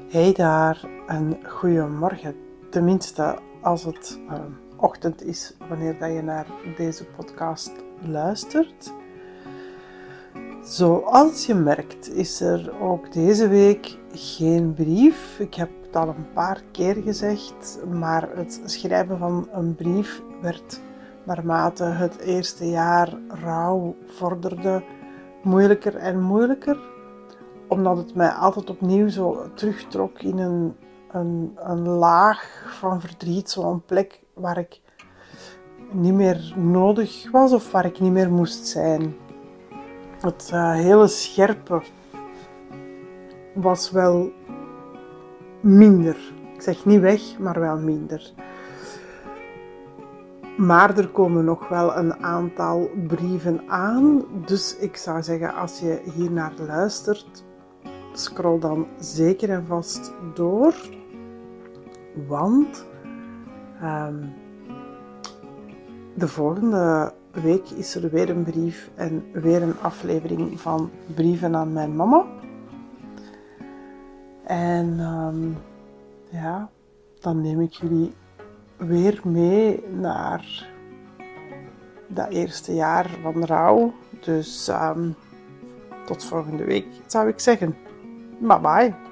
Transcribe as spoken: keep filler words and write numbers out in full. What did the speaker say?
Hey daar, een goeiemorgen. Tenminste, als het uh, ochtend is wanneer dat je naar deze podcast luistert. Zoals je merkt is er ook deze week geen brief. Ik heb het al een paar keer gezegd, maar het schrijven van een brief werd naarmate het eerste jaar rouw vorderde moeilijker en moeilijker. Omdat het mij altijd opnieuw zo terugtrok in een, een, een laag van verdriet. Zo'n plek waar ik niet meer nodig was of waar ik niet meer moest zijn. Het uh, hele scherpe was wel minder. Ik zeg niet weg, maar wel minder. Maar er komen nog wel een aantal brieven aan. Dus ik zou zeggen, als je hier naar luistert, scroll dan zeker en vast door, want um, de volgende week is er weer een brief en weer een aflevering van Brieven aan mijn mama. En um, ja, dan neem ik jullie weer mee naar dat eerste jaar van rouw. Dus um, tot volgende week, zou ik zeggen. Bye bye.